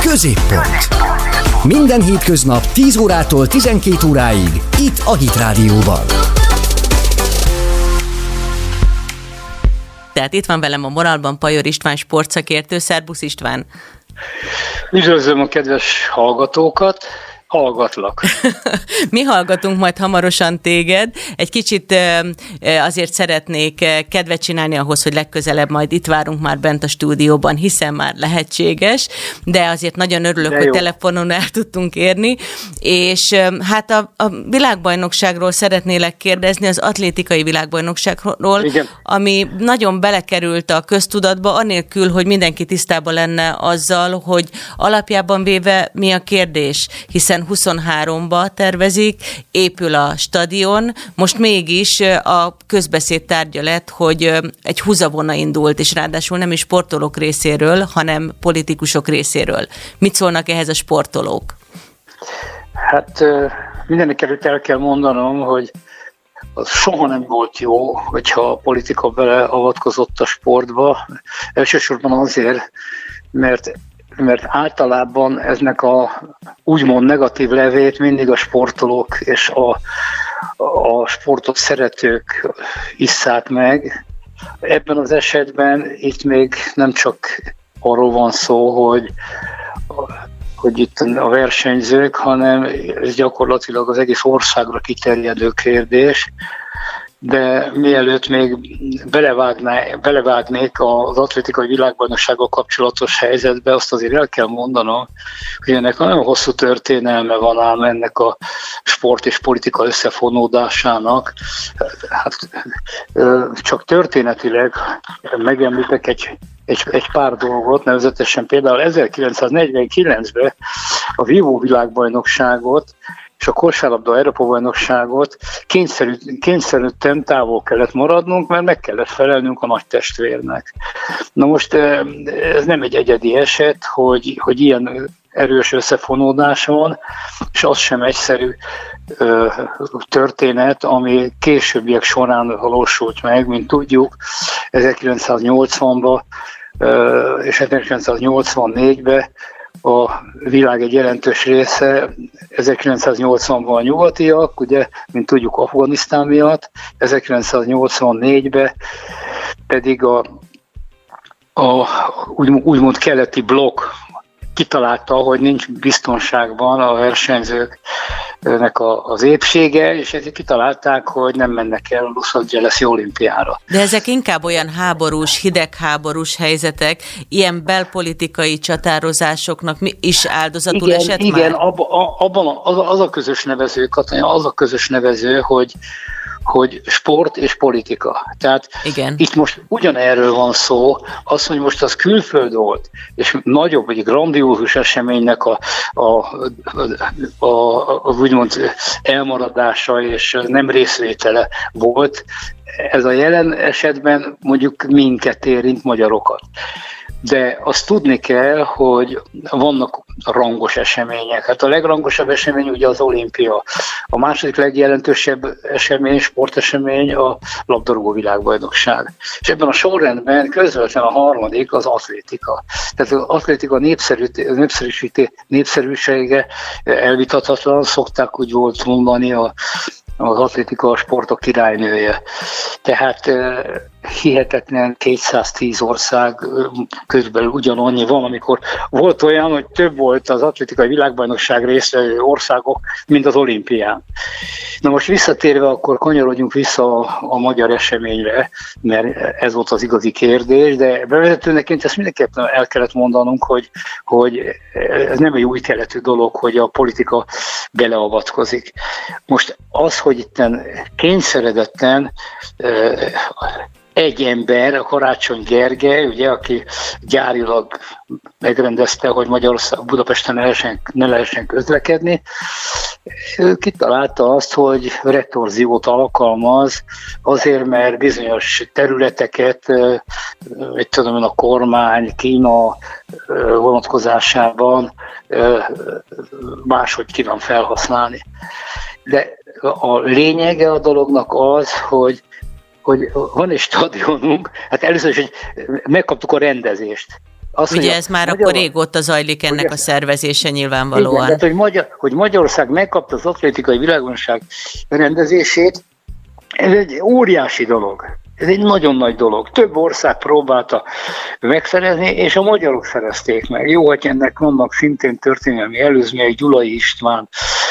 Középpont. Minden hétköznap 10 órától 12 óráig itt a Hit Rádióban. Tehát itt van velem a vonalban Pajor István sportszakértő. Szerbusz István! Üdvözlöm a kedves hallgatókat! Hallgatlak. Mi hallgatunk majd hamarosan téged. Egy kicsit azért szeretnék kedvet csinálni ahhoz, hogy legközelebb majd itt várunk már bent a stúdióban, hiszen már lehetséges, de azért nagyon örülök, hogy telefonon el tudtunk érni, és hát a világbajnokságról szeretnélek kérdezni, az atlétikai világbajnokságról, igen, ami nagyon belekerült a köztudatba, anélkül, hogy mindenki tisztában lenne azzal, hogy alapjában véve mi a kérdés, hiszen 23-ba tervezik, épül a stadion, most mégis a közbeszéd tárgya lett, hogy egy húzavona indult, és ráadásul nem is sportolók részéről, hanem politikusok részéről. Mit szólnak ehhez a sportolók? Hát mindenek előtt el kell mondanom, hogy az soha nem volt jó, hogyha a politika beleavatkozott a sportba. Elsősorban azért, mert általában eznek a úgymond negatív levét mindig a sportolók és a sportot szeretők isszák meg. Ebben az esetben itt még nem csak arról van szó, hogy itt a versenyzők, hanem ez gyakorlatilag az egész országra kiterjedő kérdés. De mielőtt még belevágnék az atlétikai világbajnoksággal kapcsolatos helyzetbe, azt azért el kell mondanom, hogy ennek nagyon hosszú történelme van ám ennek a sport és politika összefonódásának. Hát, csak történetileg megemlítek egy pár dolgot, nevezetesen például 1949-ben a vívó világbajnokságot és a kosárlabda Európa-bajnokságot kényszerülten távol kellett maradnunk, mert meg kellett felelnünk a nagy testvérnek. Na most ez nem egy egyedi eset, hogy ilyen erős összefonódás van, és az sem egyszerű történet, ami későbbiek során valósult meg, mint tudjuk, 1980-ban és 1984-ben a világ egy jelentős része 1980-ban a nyugatiak, ugye, mint tudjuk, Afganisztán miatt, 1984-ben pedig a úgymond keleti blokk kitalálta, hogy nincs biztonságban a versenyzőknek az épsége, és ezért kitalálták, hogy nem mennek el a Los Angeles-i olimpiára. De ezek inkább olyan háborús, hidegháborús helyzetek, ilyen belpolitikai csatározásoknak is áldozatul esett már? Igen, abban az a közös nevező, Katanya, az a közös nevező, hogy sport és politika. Tehát igen, itt most ugyanerről van szó, az, hogy most az külföld volt, és nagyobb, vagy grandiózus eseménynek a úgymond elmaradása és nem részvétele volt, ez a jelen esetben mondjuk minket érint, magyarokat. De azt tudni kell, hogy vannak rangos események. Hát a legrangosabb esemény ugye az olimpia. A második legjelentősebb esemény, sportesemény a labdarúgó világbajnokság. És ebben a sorrendben közvetlenül a harmadik az atlétika. Tehát az atlétika népszerűsége elvitathatatlan, szokták úgy volt mondani az atlétika a sportok királynője. Tehát hihetetlen 210 ország körülbelül ugyanannyi van, amikor volt olyan, hogy több volt az atlétikai világbajnokság résztvevő országok, mint az olimpián. Na most visszatérve, akkor kanyarodjunk vissza a magyar eseményre, mert ez volt az igazi kérdés, de bevezetőneként ezt mindenképpen el kellett mondanunk, hogy ez nem egy új keletű dolog, hogy a politika beleavatkozik. Most az, hogy itten kényszeredetten egy ember, a Karácsony Gergely, ugye, aki gyárilag megrendezte, hogy Budapesten ne lehessen közlekedni, ő kitalálta azt, hogy retorziót alkalmaz, azért, mert bizonyos területeket, a kormány, Kína vonatkozásában máshogy kíván felhasználni. De a lényege a dolognak az, hogy van egy stadionunk, hát először is megkaptuk a rendezést. Ugye ez már akkor régóta zajlik ennek a szervezése nyilvánvalóan. Igen, tehát, hogy Magyarország megkapta az atlétikai világbajnokság rendezését, ez egy óriási dolog. Ez egy nagyon nagy dolog. Több ország próbálta megszerezni, és a magyarok szerezték meg. Jó, hogy ennek vannak szintén történelmi előzmények, Gyulai István,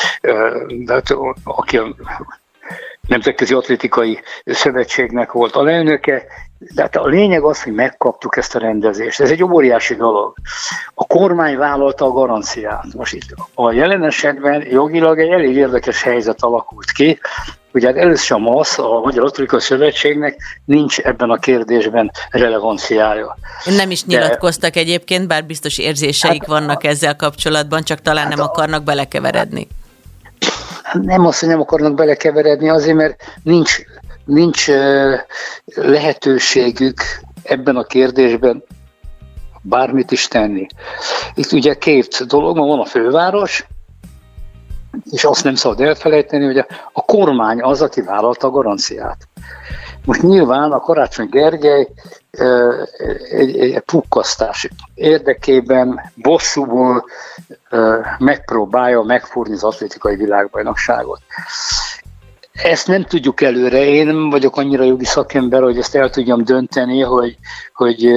aki a Nemzetközi Atlétikai Szövetségnek volt alelnöke, de hát a lényeg az, hogy megkaptuk ezt a rendezést. Ez egy óriási dolog. A kormány vállalta a garanciát. Most itt a jelen esetben jogilag egy elég érdekes helyzet alakult ki. Ugye először a MASZ, a Magyar Atlétikai Szövetségnek nincs ebben a kérdésben relevanciája. Nem is nyilatkoztak egyébként, bár biztos érzéseik vannak ezzel kapcsolatban, csak talán nem akarnak belekeveredni. Nem azt, hogy nem akarnak belekeveredni, azért, mert nincs lehetőségük ebben a kérdésben bármit is tenni. Itt ugye két dolog, van a főváros, és azt nem szabad elfelejteni, hogy a kormány az, aki vállalta a garanciát. Most nyilván a Karácsony Gergely egy pukkasztás érdekében bosszúból megpróbálja megfúrni az atlétikai világbajnokságot. Ezt nem tudjuk előre, én nem vagyok annyira jogi szakember, hogy ezt el tudjam dönteni, hogy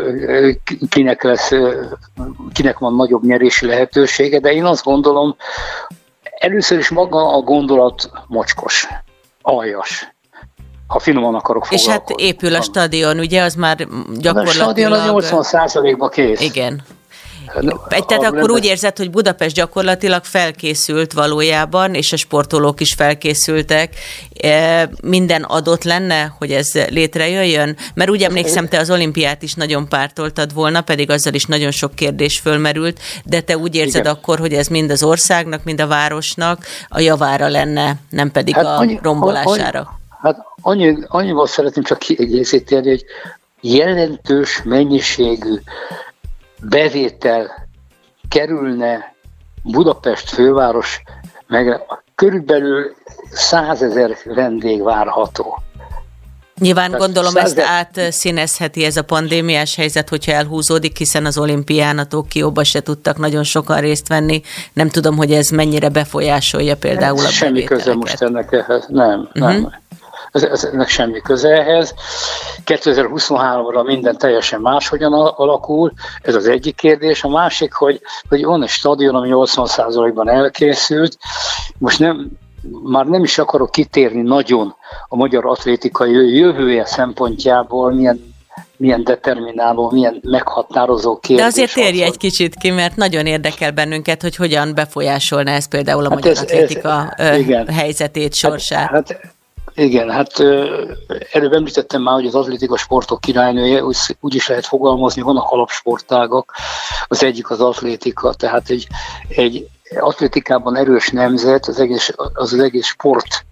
kinek van nagyobb nyerési lehetősége, de én azt gondolom, először is maga a gondolat mocskos, aljas, ha finoman akarok foglalkozni. És hát épül a stadion, ugye, az már gyakorlatilag... A stadion a 80%-ba kész. Igen. Tehát akkor úgy érzed, hogy Budapest gyakorlatilag felkészült valójában, és a sportolók is felkészültek. Minden adott lenne, hogy ez létrejöjjön? Mert úgy emlékszem, te az olimpiát is nagyon pártoltad volna, pedig azzal is nagyon sok kérdés fölmerült, de te úgy érzed akkor, hogy ez mind az országnak, mind a városnak a javára lenne, nem pedig a rombolására. Annyival szeretném csak kiegészíteni, hogy jelentős mennyiségű bevétel kerülne Budapest főváros, meg körülbelül 100 000 vendég várható. Nyilván gondolom ezt átszínezheti ez a pandémiás helyzet, hogyha elhúzódik, hiszen az olimpián a Tokióba se tudtak nagyon sokan részt venni. Nem tudom, hogy ez mennyire befolyásolja például a bevételeket. Semmi köze most ennek ehhez. Nem. Ennek semmi köze ehhez. 2023-ra minden teljesen máshogyan alakul, ez az egyik kérdés. A másik, hogy van egy stadion, ami 80%-ban elkészült. Most már nem is akarok kitérni nagyon a magyar atlétikai jövője szempontjából, milyen determináló, milyen meghatározó kérdés. De azért térj egy kicsit ki, mert nagyon érdekel bennünket, hogy hogyan befolyásolná ez például a magyar atlétika helyzetét, sorsát. Igen, előbb említettem már, hogy az atlétika sportok királynője, úgy is lehet fogalmazni, vannak alapsportágak, az egyik az atlétika, tehát egy atlétikában erős nemzet, az egész sport,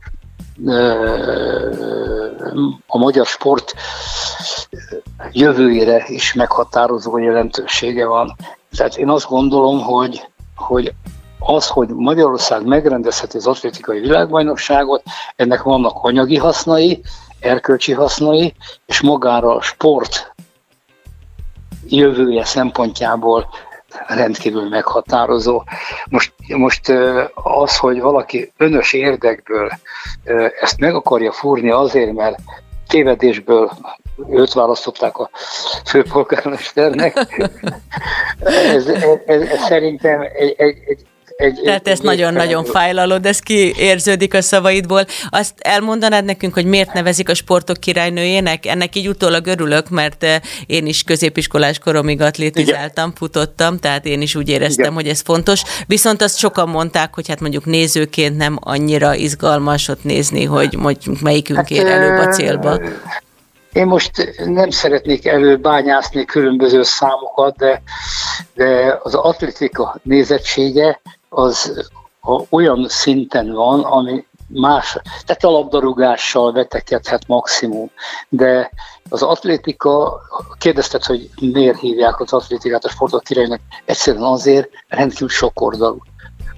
a magyar sport jövőjére is meghatározó jelentősége van. Tehát én azt gondolom, hogy Magyarország megrendezheti az atlétikai világbajnokságot, ennek vannak anyagi hasznai, erkölcsi hasznai, és magára a sport jövője szempontjából rendkívül meghatározó. Most az, hogy valaki önös érdekből ezt meg akarja fúrni azért, mert tévedésből őt választották a főpolgármesternek, ez szerintem tehát ezt nagyon-nagyon fájlalod, ez kiérződik a szavaidból. Azt elmondanád nekünk, hogy miért nevezik a sportok királynőjének? Ennek így utólag örülök, mert én is középiskolás koromig atlétizáltam, futottam, tehát én is úgy éreztem, hogy ez fontos. Viszont azt sokan mondták, hogy hát mondjuk nézőként nem annyira izgalmas ott nézni, hogy melyikünk ér előbb a célba. Én most nem szeretnék előbányászni különböző számokat, de az atlétika nézettsége az olyan szinten van, ami más, tehát a labdarúgással vetekedhet maximum, de az atlétika, kérdezted, hogy miért hívják az atlétikát a sportok királynőjének, egyszerűen azért rendkívül sokoldalú.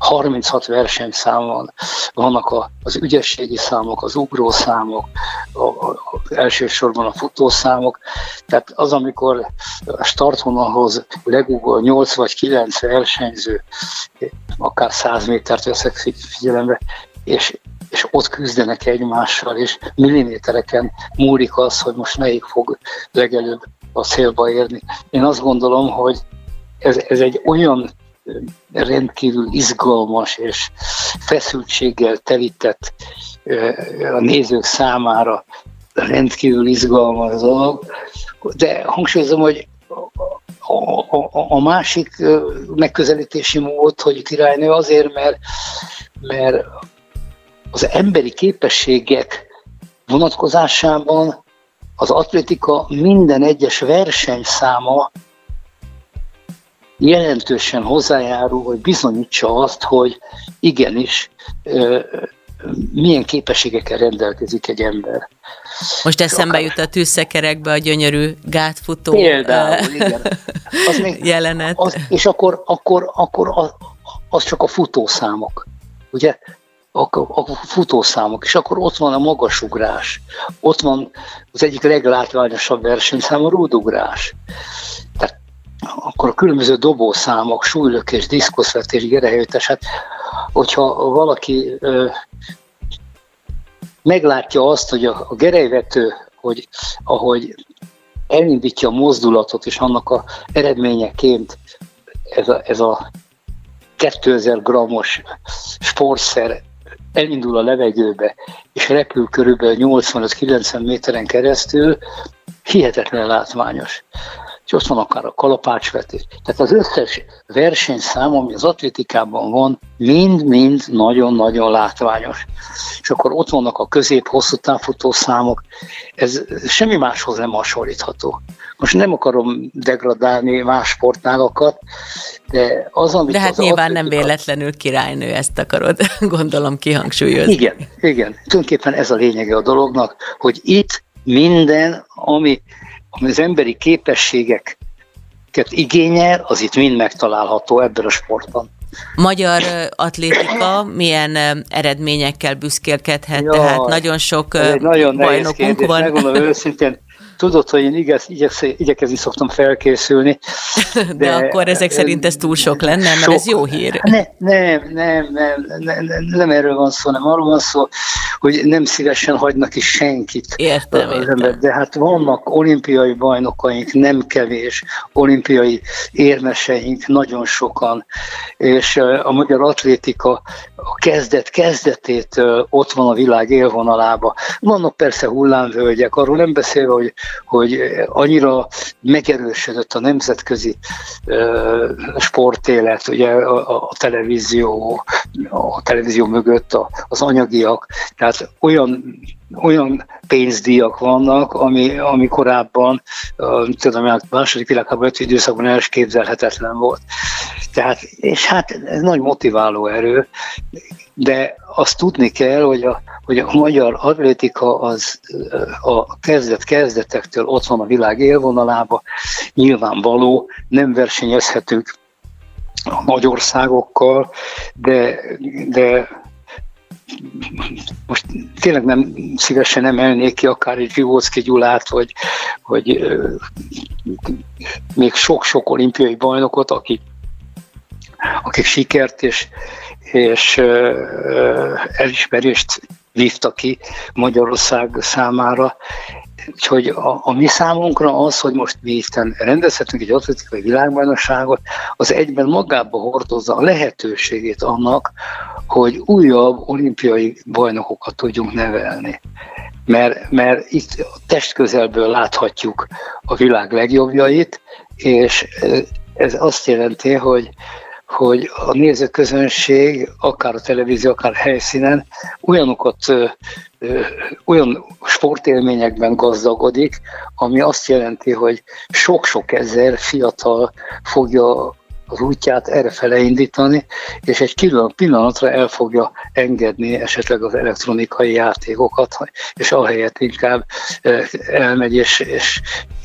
36 versenyszám van. Vannak az ügyességi számok, az ugrószámok, elsősorban a futószámok. Tehát az, amikor a startvonalhoz legugol 8 vagy 9 versenyző, akár 100 métert veszek figyelembe, és ott küzdenek egymással, és millimétereken múlik az, hogy most melyik fog legelőbb a célba érni. Én azt gondolom, hogy ez egy olyan rendkívül izgalmas és feszültséggel telített, a nézők számára rendkívül izgalmas dolog, de hangsúlyozom, hogy a másik megközelítési mód, hogy királynő azért, mert az emberi képességek vonatkozásában az atlétika minden egyes versenyszáma jelentősen hozzájárul, hogy bizonyítsa azt, hogy igenis milyen képességekkel rendelkezik egy ember. Most eszembe jut a tűzszekerekbe a gyönyörű gátfutó például, igen. Az még, jelenet. És akkor az csak a futószámok, ugye? A futószámok, és akkor ott van a magasugrás, ott van az egyik leglátványosabb versenyszám, a rúdugrás. Tehát akkor a különböző dobószámok, súlylökés, diszkoszvetés, gerelyütés, hát hogyha valaki meglátja azt, hogy a gerelyvető, hogy ahogy elindítja a mozdulatot, és annak a eredményeként ez a 2000 grammos sportszer elindul a levegőbe, és repül körülbelül 85-90 méteren keresztül, hihetetlen látványos. És ott van akár a kalapácsvetés. Tehát az összes versenyszám, ami az atlétikában van, mind-mind nagyon-nagyon látványos. És akkor ott vannak a közép-hosszú távfutó számok, ez semmi máshoz nem hasonlítható. Most nem akarom degradálni más sportágakat, de az, amit... De hát nyilván atlétika... nem véletlenül királynő, ezt akarod, gondolom, kihangsúlyozni. Igen. Tulajdonképpen ez a lényege a dolognak, hogy itt minden, ami az emberi képességeket igényel, az itt mind megtalálható ebben a sportban. Magyar atlétika milyen eredményekkel büszkélkedhet? Tehát nagyon sok nagyon bajnokunk van. Megmondom őszintén, tudod, hogy én igyekezni szoktam felkészülni. De akkor ezek szerint ez túl sok lenne, mert ez jó hír. Nem erről van szó, nem arról van szó, hogy nem szívesen hagynak is senkit. Értem. De hát vannak olimpiai bajnokaink, nem kevés, olimpiai érmeseink, nagyon és a magyar atlétika a kezdetétől ott van a világ élvonalába. Vannak persze hullámvölgyek, arról nem beszélve, hogy annyira megerősödött a nemzetközi sportélet, ugye a televízió mögött az anyagiak, tehát olyan pénzdíjak vannak, ami korábban, tudom, a második világháború időszakban elképzelhetetlen volt. Tehát, és hát ez nagy motiváló erő, de azt tudni kell, hogy a magyar atlétika az a kezdetektől ott van a világ élvonalába, nyilvánvaló, nem versenyezhetünk a nagy országokkal, de most tényleg nem szívesen emelnék ki akár egy Zsivóczky Gyulát, vagy még sok-sok olimpiai bajnokot, akik sikert és elismerést vívtak ki Magyarország számára. Úgyhogy a mi számunkra az, hogy most mi itten rendezhetünk egy atlétikai világbajnokságot, az egyben magába hordozza a lehetőségét annak, hogy újabb olimpiai bajnokokat tudjunk nevelni. Mert itt testközelből láthatjuk a világ legjobbjait, és ez azt jelenti, hogy a nézőközönség, akár a televízió, akár helyszínen olyan sportélményekben gazdagodik, ami azt jelenti, hogy sok-sok ezer fiatal fogja az útját errefele indítani, és egy pillanatra el fogja engedni esetleg az elektronikai játékokat, és ahelyett inkább elmegy és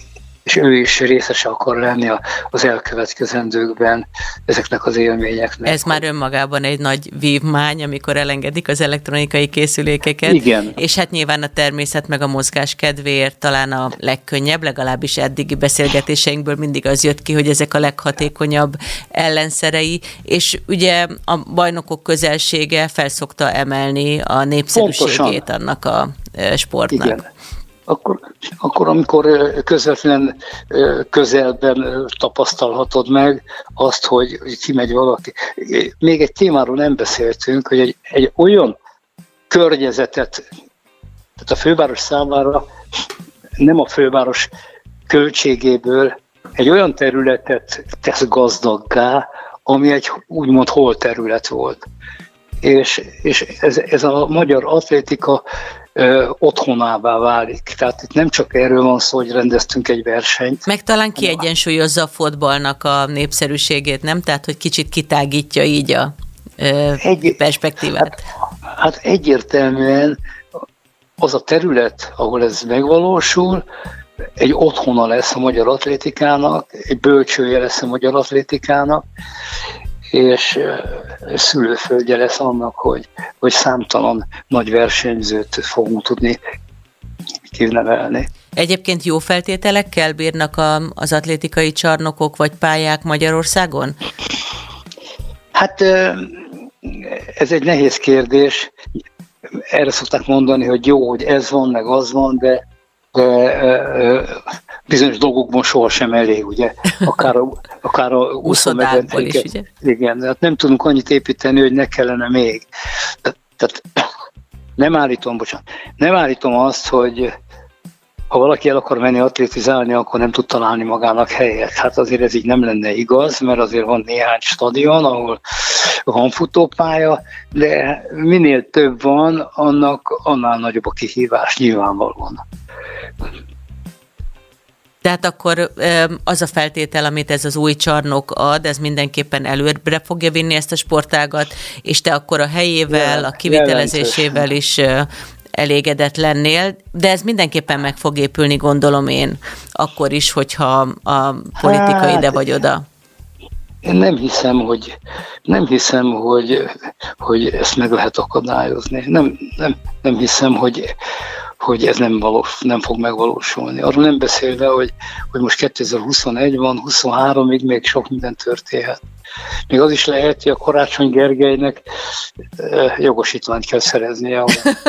és ő is részese akar lenni az elkövetkezendőkben ezeknek az élményeknek. Ez már önmagában egy nagy vívmány, amikor elengedik az elektronikai készülékeket. Igen. És hát nyilván a természet meg a mozgás kedvéért talán a legkönnyebb, legalábbis eddigi beszélgetéseinkből mindig az jött ki, hogy ezek a leghatékonyabb ellenszerei, és ugye a bajnokok közelsége felszokta emelni a népszerűségét Pontosan. Annak a sportnak. Igen. Akkor, amikor közvetlen közelben tapasztalhatod meg azt, hogy kimegy valaki. Még egy témáról nem beszéltünk, hogy egy olyan környezetet, tehát a főváros számára nem a főváros költségéből egy olyan területet tesz gazdaggá, ami egy úgymond holterület volt. És ez a magyar atlétika otthonává válik. Tehát itt nem csak erről van szó, hogy rendeztünk egy versenyt. Meg talán kiegyensúlyozza a fotballnak a népszerűségét, nem? Tehát, hogy kicsit kitágítja így a perspektívát. Hát egyértelműen az a terület, ahol ez megvalósul, egy otthona lesz a magyar atlétikának, egy bölcsője lesz a magyar atlétikának, és szülőföldje lesz annak, hogy számtalan nagy versenyzőt fogunk tudni kinevelni. Egyébként jó feltételekkel bírnak az atlétikai csarnokok vagy pályák Magyarországon? Hát ez egy nehéz kérdés. Erre szokták mondani, hogy jó, hogy ez van, meg az van, de bizonyos dolgokban sohasem elég, ugye? Akár a úszodákból is, ugye? Igen, hát nem tudunk annyit építeni, hogy ne kellene még. Tehát nem állítom azt, hogy ha valaki el akar menni atlétizálni, akkor nem tud találni magának helyet. Hát azért ez így nem lenne igaz, mert azért van néhány stadion, ahol van futópálya, de minél több van, annál nagyobb a kihívás nyilvánvalóan. Tehát akkor az a feltétel, amit ez az új csarnok ad, ez mindenképpen előbbre fogja vinni ezt a sportágat, és te akkor a helyével, a kivitelezésével is elégedett lennél, de ez mindenképpen meg fog épülni, gondolom én, akkor is, hogyha a politika ide vagy oda. Én nem hiszem, hogy ezt meg lehet akadályozni. Nem hiszem, hogy ez nem fog megvalósulni. Arról nem beszélve, hogy most 2021 van, 23-ig még sok minden történhet. Még az is lehet, hogy a Karácsony Gergelynek jogosítványt kell szereznie.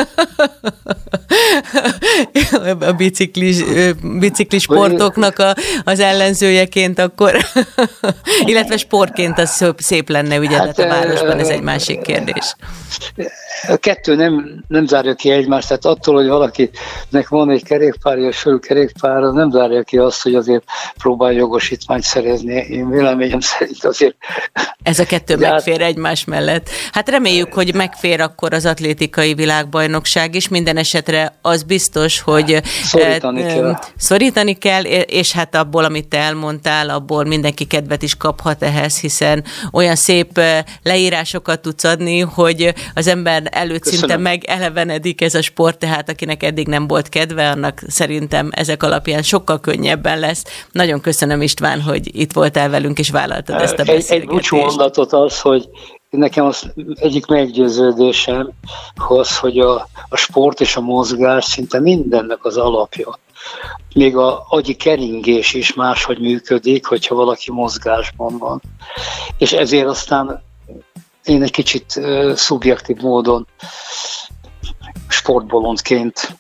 A biciklis sportoknak az ellenzőjeként akkor, illetve sportként az szép lenne, ugye, hát, a városban ez egy másik kérdés. A kettő nem zárja ki egymást, tehát attól, hogy valakinek van egy kerékpárja, és fölkerékpár, az nem zárja ki azt, hogy azért próbál jogosítványt szerezni. Én véleményem szerint azért. Ez a kettő megfér egymás mellett. Hát reméljük, hogy megfér akkor az atlétikai világbajnokság is. Minden esetre az biztos, hogy szorítani kell, és hát abból, amit te elmondtál, abból mindenki kedvet is kaphat ehhez, hiszen olyan szép leírásokat tudsz adni, hogy az ember előtt szinte megelevenedik ez a sport, tehát akinek eddig nem volt kedve, annak szerintem ezek alapján sokkal könnyebben lesz. Nagyon köszönöm, István, hogy itt voltál velünk, és vállaltad ezt a beszélgetést. Egy búcsúmondatot az, hogy nekem az egyik meggyőződésem, hogy a sport és a mozgás szinte mindennek az alapja. Még az agyi keringés is máshogy működik, hogyha valaki mozgásban van. És ezért aztán én egy kicsit szubjektív módon sportbolondként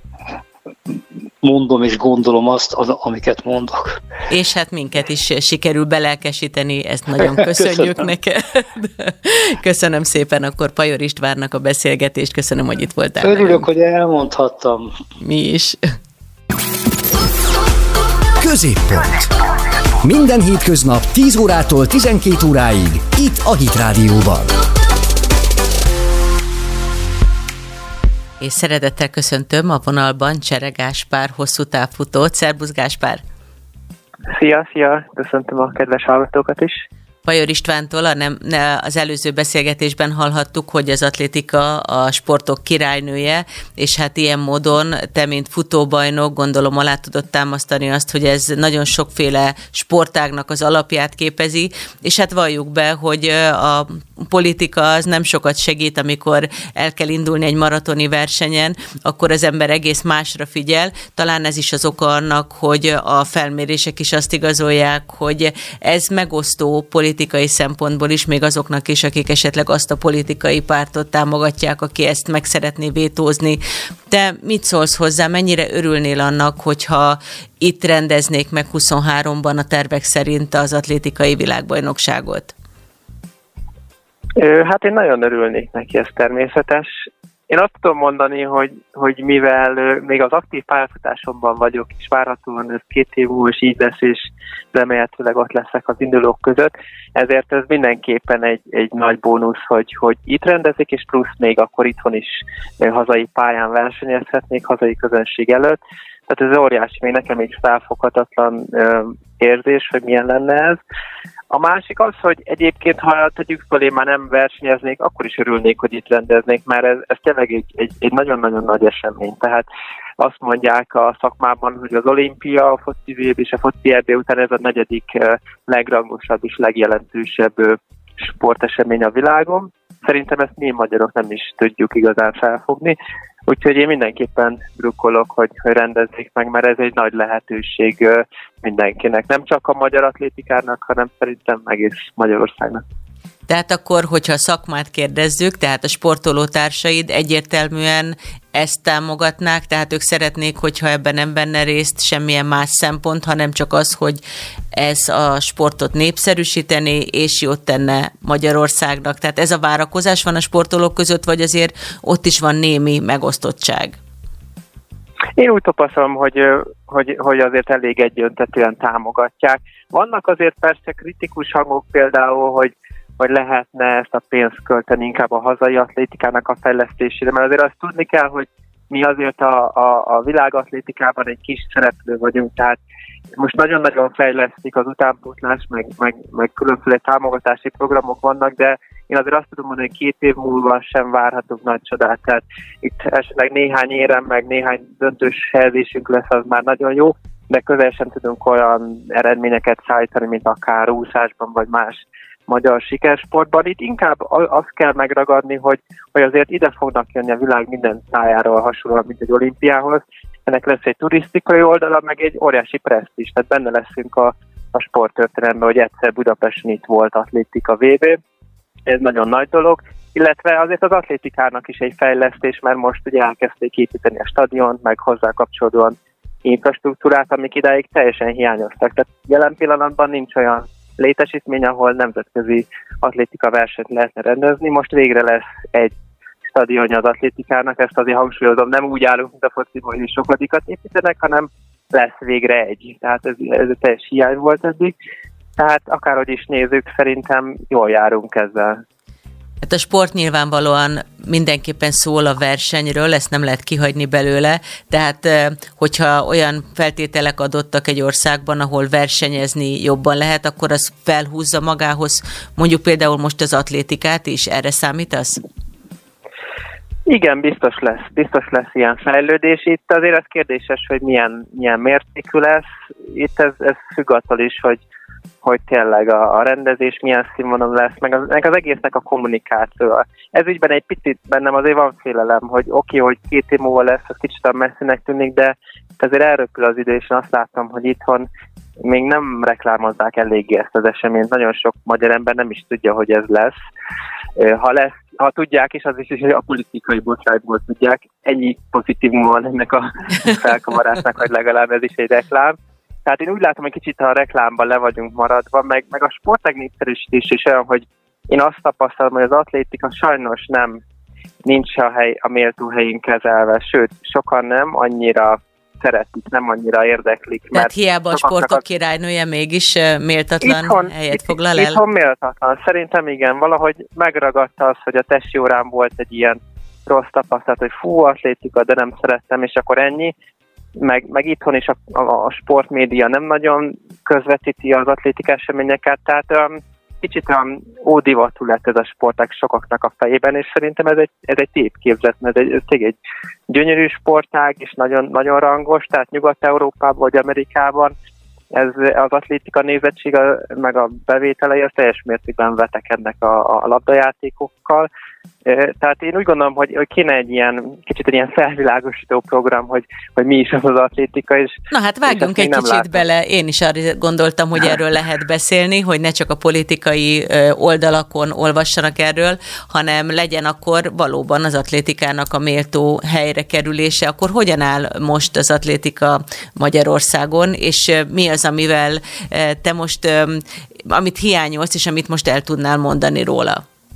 mondom és gondolom azt, amiket mondok. És hát minket is sikerül belelkesíteni, ezt nagyon köszönjük neked. Köszönöm szépen akkor Pajor Istvánnak a beszélgetést, köszönöm, hogy itt voltál. Örülök, hogy elmondhattam. Mi is. Középpont. Minden hétköznap 10 órától 12 óráig itt a Hit Rádióban. És szeretettel köszöntöm a vonalban Csere Gáspár, hosszú távfutót. Szerbusz Gáspár! Szia! Köszöntöm a kedves hallgatókat is! Pajor Istvántól az előző beszélgetésben hallhattuk, hogy az atlétika a sportok királynője, és hát ilyen módon te, mint futóbajnok, gondolom alá tudod támasztani azt, hogy ez nagyon sokféle sportágnak az alapját képezi, és hát valljuk be, hogy a politika az nem sokat segít, amikor el kell indulni egy maratoni versenyen, akkor az ember egész másra figyel. Talán ez is az oka annak, hogy a felmérések is azt igazolják, hogy ez megosztó politikai szempontból is, még azoknak is, akik esetleg azt a politikai pártot támogatják, aki ezt meg szeretné vétózni. Te mit szólsz hozzá, mennyire örülnél annak, hogyha itt rendeznék meg 23-ban a tervek szerint az atlétikai világbajnokságot? Hát én nagyon örülnék neki, ez természetes. Én azt tudom mondani, hogy mivel még az aktív pályafutásomban vagyok, és várhatóan ez 2 év múlva is így lesz, és remélhetőleg ott leszek az indulók között, ezért ez mindenképpen egy nagy bónusz, hogy itt rendezik, és plusz még akkor itthon is hazai pályán versenyezhetnék, hazai közönség előtt. Tehát ez óriási, még nekem is felfoghatatlan érzés, hogy milyen lenne ez. A másik az, hogy egyébként, ha tegyük föl, én már nem versenyeznék, akkor is örülnék, hogy itt rendeznék, mert ez tényleg egy nagyon-nagyon nagy esemény. Tehát azt mondják a szakmában, hogy az olimpia, a foci VB és a foci EB után ez a 4. legrangosabb és legjelentősebb sportesemény a világon. Szerintem ezt mi magyarok nem is tudjuk igazán felfogni. Úgyhogy én mindenképpen drukkolok, hogy rendezzék meg, mert ez egy nagy lehetőség mindenkinek. Nem csak a magyar atlétikának, hanem szerintem egész Magyarországnak. Tehát akkor, hogyha a szakmát kérdezzük, tehát a sportolótársaid egyértelműen ezt támogatnák, tehát ők szeretnék, hogyha ebben nem benne részt semmilyen más szempont, hanem csak az, hogy ez a sportot népszerűsíteni, és jót tenne Magyarországnak. Tehát ez a várakozás van a sportolók között, vagy azért ott is van némi megosztottság? Én úgy tapasztalom, hogy azért elég egyöntetően támogatják. Vannak azért persze kritikus hangok például, hogy lehetne ezt a pénzt költeni inkább a hazai atlétikának a fejlesztésére, mert azért azt tudni kell, hogy mi azért a világatlétikában egy kis szereplő vagyunk, tehát most nagyon-nagyon fejlesztik az utánpótlás, meg különféle támogatási programok vannak, de én azért azt tudom mondani, hogy 2 év múlva sem várhatunk nagy csodát, tehát itt esetleg néhány érem, meg néhány döntős helyezésünk lesz, az már nagyon jó, de közel sem tudunk olyan eredményeket szállítani, mint akár úszásban, vagy más magyar sikersportban. Itt inkább azt kell megragadni, hogy azért ide fognak jönni a világ minden tájáról hasonlóan, mint egy olimpiához. Ennek lesz egy turisztikai oldala, meg egy óriási presztízs, tehát benne leszünk a sporttörténelemben, hogy egyszer Budapesten itt volt atlétika VB. Ez nagyon nagy dolog, illetve azért az atlétikának is egy fejlesztés, mert most ugye elkezdték építeni a stadiont, meg hozzá kapcsolódóan infrastruktúrát, amik idáig teljesen hiányoztak. Tehát jelen pillanatban nincs olyan létesítmény, ahol nemzetközi atlétika versenyt lehetne rendezni. Most végre lesz egy stadionja az atlétikának, ezt azért hangsúlyozom, nem úgy állunk, mint a fociban, hogy sokadikat építenek, hanem lesz végre egy. Tehát ez teljes hiány volt eddig. Tehát akárhogy is nézzük, szerintem jól járunk ezzel. Hát a sport nyilvánvalóan mindenképpen szól a versenyről, ezt nem lehet kihagyni belőle, tehát hogyha olyan feltételek adottak egy országban, ahol versenyezni jobban lehet, akkor az felhúzza magához mondjuk például most az atlétikát is, erre számítasz? Igen, biztos lesz ilyen fejlődés. Itt azért ez kérdéses, hogy milyen mértékű lesz. Itt ez függ attól is, hogy tényleg a rendezés milyen színvonalú lesz, meg az egésznek a kommunikáció. Ez ügyben egy picit bennem azért van félelem, hogy oké, hogy 2 év múlva lesz, az kicsit a messzinek tűnik, de azért elröpül az idő, és én azt látom, hogy itthon még nem reklámozzák eléggé ezt az eseményt. Nagyon sok magyar ember nem is tudja, hogy ez lesz. Ha tudják is, az is, hogy a politikai botrányból tudják. Ennyi pozitívum van ennek a felkavarásnak, hogy legalább ez is egy reklám. Tehát én úgy látom, hogy kicsit a reklámban le vagyunk maradva, meg a sportág népszerűsítés is olyan, hogy én azt tapasztalom, hogy az atlétika sajnos nincs a méltó helyén kezelve, sőt, sokan nem annyira szeretik, nem annyira érdeklik. Tehát hiába a sportok királynője mégis méltatlan helyet foglal el? Itthon méltatlan. Szerintem igen, valahogy megragadta az, hogy a testi órán volt egy ilyen rossz tapasztalat, hogy atlétika, de nem szerettem, és akkor ennyi. Meg itthon is a sportmédia nem nagyon közvetíti az atlétika eseményeket, tehát kicsit olyan ódivatú lett ez a sportág sokaknak a fejében, és szerintem ez egy tévképzet, mert ez egy gyönyörű sportág, és nagyon, nagyon rangos, tehát Nyugat-Európában vagy Amerikában ez az atlétika nézettség, meg a bevételei az teljes mértékben vetekednek a labdajátékokkal. Tehát én úgy gondolom, hogy kéne egy ilyen felvilágosító program, hogy mi is az atlétika. És, na hát vágjunk egy kicsit bele. Én is arra gondoltam, hogy erről lehet beszélni, hogy ne csak a politikai oldalakon olvassanak erről, hanem legyen akkor valóban az atlétikának a méltó helyre kerülése. Akkor hogyan áll most az atlétika Magyarországon, és mi az, amivel te most, amit hiányolsz, és amit most el tudnál mondani róla?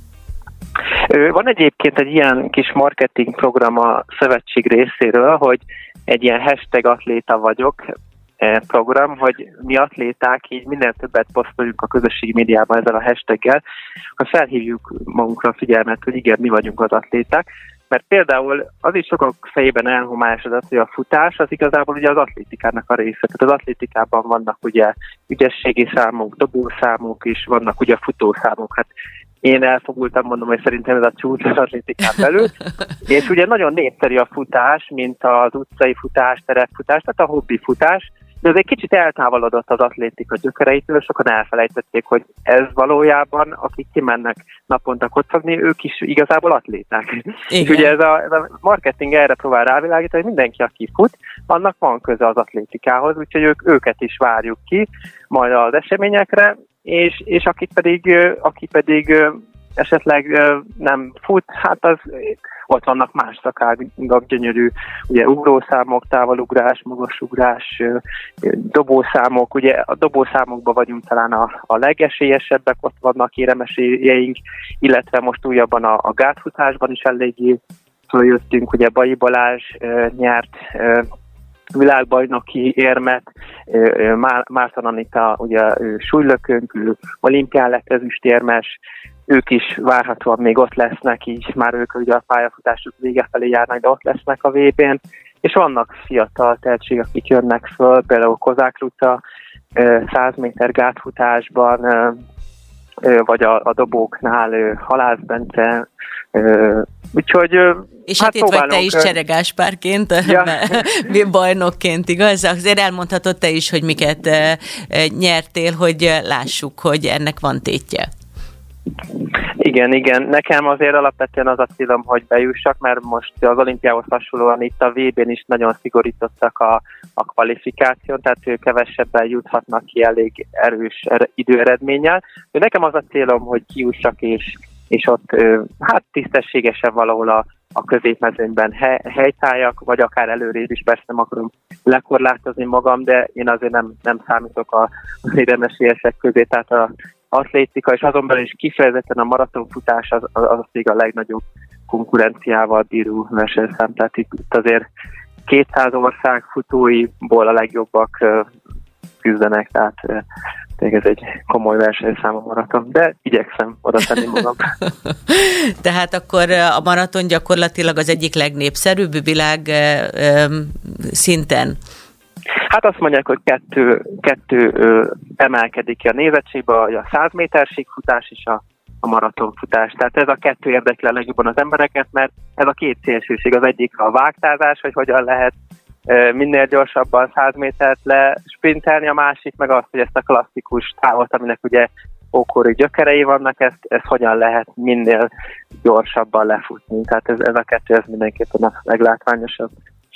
Van egyébként egy ilyen kis marketing program a szövetség részéről, hogy egy ilyen #atléta vagyok program, hogy mi atléták így minél többet posztoljuk a közösségi médiában ezzel a hashtaggel, hogy felhívjuk magunkra a figyelmet, hogy igen, mi vagyunk az atléták, mert például az is sokak fejében elhomályosodott, hogy a futás az igazából ugye az atlétikának a része. Tehát az atlétikában vannak ugye ügyességi számok, dobószámok is, vannak ugye futószámok. Hát én elfogultam, mondom, hogy szerintem ez a csúcs az atlétikán belül. És ugye nagyon népszerű a futás, mint az utcai futás, terepfutás, tehát a hobbi futás, de ez egy kicsit eltávolodott az atlétika gyökereitől, sokan elfelejtették, hogy ez valójában, akik kimennek naponta kocogni, ők is igazából atléták. És ugye ez a marketing erre próbál rávilágítani, hogy mindenki, aki fut, annak van köze az atlétikához, úgyhogy őket is várjuk ki majd az eseményekre, és aki pedig esetleg nem fut, hát az ott vannak más szakágak, gyönyörű, ugye ugrószámok, távolugrás, magasugrás, dobószámok, ugye a dobószámokban vagyunk talán a legesélyesebbek, ott vannak éremesélyeink, illetve most újabban a gátfutásban is eléggé följöttünk, ugye Bai Balázs nyert világbajnoki érmet, Márton Anita, ugye súlylökönk, olimpián lett ezüstérmes, ők is várhatóan még ott lesznek, így már ők ugye a pályafutásuk vége felé járnak, de ott lesznek a VB-n, és vannak fiatal tehetségek, akik jönnek föl, például Kozák Ruta 100 méter gátfutásban, vagy a dobóknál Halász Bence, úgyhogy és hát itt vagy te is Csere Gáspárként, ja. Bajnokként, igaz? Azért elmondhatod te is, hogy miket nyertél, hogy lássuk, hogy ennek van tétje. Igen. Nekem azért alapvetően az a célom, hogy bejussak, mert most az olimpiához hasonlóan itt a VB-n is nagyon szigorítottak a kvalifikáción, tehát ők kevesebben juthatnak ki elég erős időeredménnyel. De nekem az a célom, hogy kijussak, és ott hát tisztességesen valahol a középmezőnyben helytálljak, vagy akár előrébb is, persze nem akarom lekorlátozni magam, de én azért nem számítok az érdemesélyesek közé, tehát az atlétika, és azon belül is kifejezetten a maratonfutás az még a legnagyobb konkurenciával bíró versenyszám, tehát itt azért 200 ország futóiból a legjobbak küzdenek, tehát ez egy komoly versenyszám a maraton, de igyekszem oda tenni magam. Tehát akkor a maraton gyakorlatilag az egyik legnépszerűbb világ szinten? Hát azt mondják, hogy kettő emelkedik ki a nézettségbe, a 100 méter síkfutás és a maratonfutás. Tehát ez a kettő érdekli a legjobban az embereket, mert ez a két szélsőség, az egyik a vágtázás, hogy hogyan lehet minél gyorsabban 100 métert lesprintelni, a másik meg az, hogy ezt a klasszikus távot, aminek ugye ókori gyökerei vannak, ezt hogyan lehet minél gyorsabban lefutni. Tehát ez a kettő, ez mindenképpen a leglátványosabb.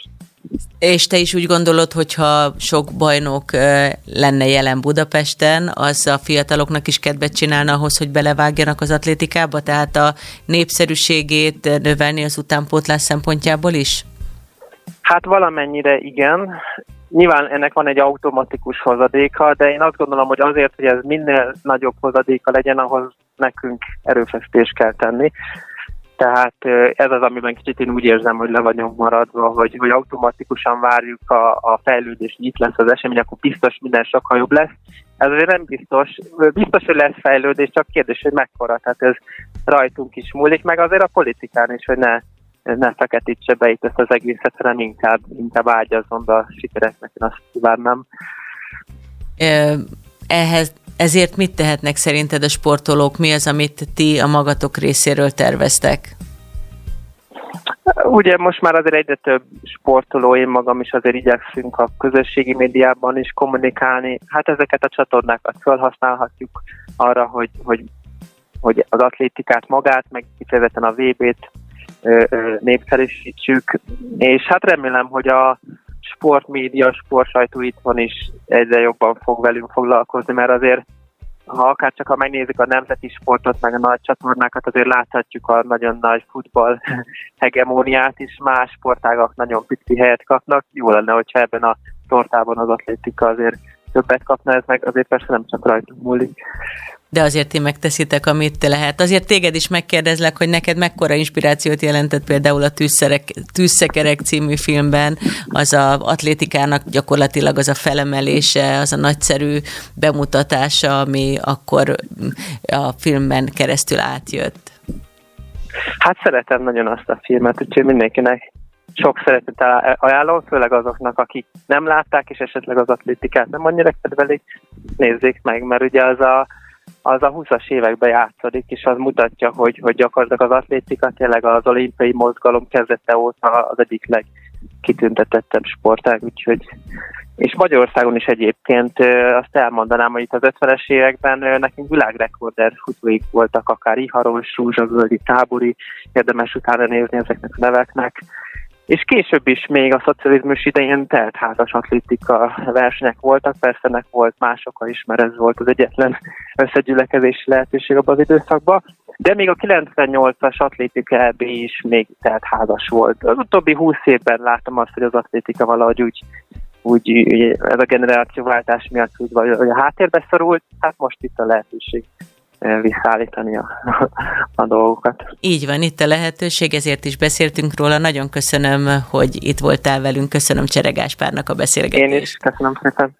És te is úgy gondolod, hogyha sok bajnok lenne jelen Budapesten, az a fiataloknak is kedvet csinálna ahhoz, hogy belevágjanak az atlétikába, tehát a népszerűségét növelni az utánpótlás szempontjából is? Hát valamennyire igen. Nyilván ennek van egy automatikus hozadéka, de én azt gondolom, hogy azért, hogy ez minél nagyobb hozadéka legyen, ahhoz nekünk erőfeszítést kell tenni. Tehát ez az, amiben kicsit én úgy érzem, hogy le vagyunk maradva, hogy automatikusan várjuk a fejlődést, hogy itt lesz az esemény, akkor biztos minden sokkal jobb lesz. Ez azért nem biztos. Biztos, hogy lesz fejlődés, csak kérdés, hogy mekkora. Tehát ez rajtunk is múlik, meg azért a politikán is, hogy ne feketítse be itt ezt az egészet, hanem inkább ágyazzon be a sikereknek, én azt kívánnám. Ezért mit tehetnek szerinted a sportolók? Mi az, amit ti a magatok részéről terveztek? Ugye most már azért egyre több sportoló, én magam is azért igyekszünk a közösségi médiában is kommunikálni. Hát ezeket a csatornákat felhasználhatjuk arra, hogy az atlétikát magát, meg kifejezetten a VB-t népszerűsítsük, és hát remélem, hogy a sportmédia, sportsajtó itthon is egyre jobban fog velünk foglalkozni, mert azért ha akár csak megnézzük a nemzeti sportot, meg a nagy csatornákat, azért láthatjuk a nagyon nagy futball hegemóniát is, más sportágak nagyon pici helyet kapnak. Jó lenne, hogyha ebben a tortában az atlétika azért többet kapna, ez meg azért persze nem csak rajtunk múlik. De azért ti megteszitek, amit lehet. Azért téged is megkérdezlek, hogy neked mekkora inspirációt jelentett például a Tűzszekerek című filmben, az a atlétikának gyakorlatilag az a felemelése, az a nagyszerű bemutatása, ami akkor a filmben keresztül átjött. Hát szeretem nagyon azt a filmet, úgyhogy mindenkinek sok szeretettel ajánlom, főleg azoknak, akik nem látták, és esetleg az atlétikát nem annyira kedvelik, nézzék meg, mert ugye az a 20-as években játszódik, és az mutatja, hogy gyakorlatilag az atlétika tényleg az olimpiai mozgalom kezdete óta az egyik legkitüntetettebb sportág, úgyhogy és Magyarországon is egyébként azt elmondanám, hogy itt az 50-es években nekünk világrekorder futóik voltak, akár Iharos, Zsuzsavölgyi, Tábori, érdemes utána nézni ezeknek a neveknek. És később is még a szocializmus idején teltházas atlétika versenyek voltak, persze ennek volt más oka is, mert ez volt az egyetlen összegyülekezési lehetőség abban az időszakban, de még a 98-as atlétika EB is még teltházas volt. Az utóbbi 20 évben láttam azt, hogy az atlétika valahogy úgy ez a generációváltás miatt úgy vagy, hogy a háttérbe szorult, hát most itt a lehetőség visszaállítani a dolgokat. Így van, itt a lehetőség, ezért is beszéltünk róla. Nagyon köszönöm, hogy itt voltál velünk. Köszönöm Csere Gáspárnak a beszélgetést. Én is, köszönöm szépen.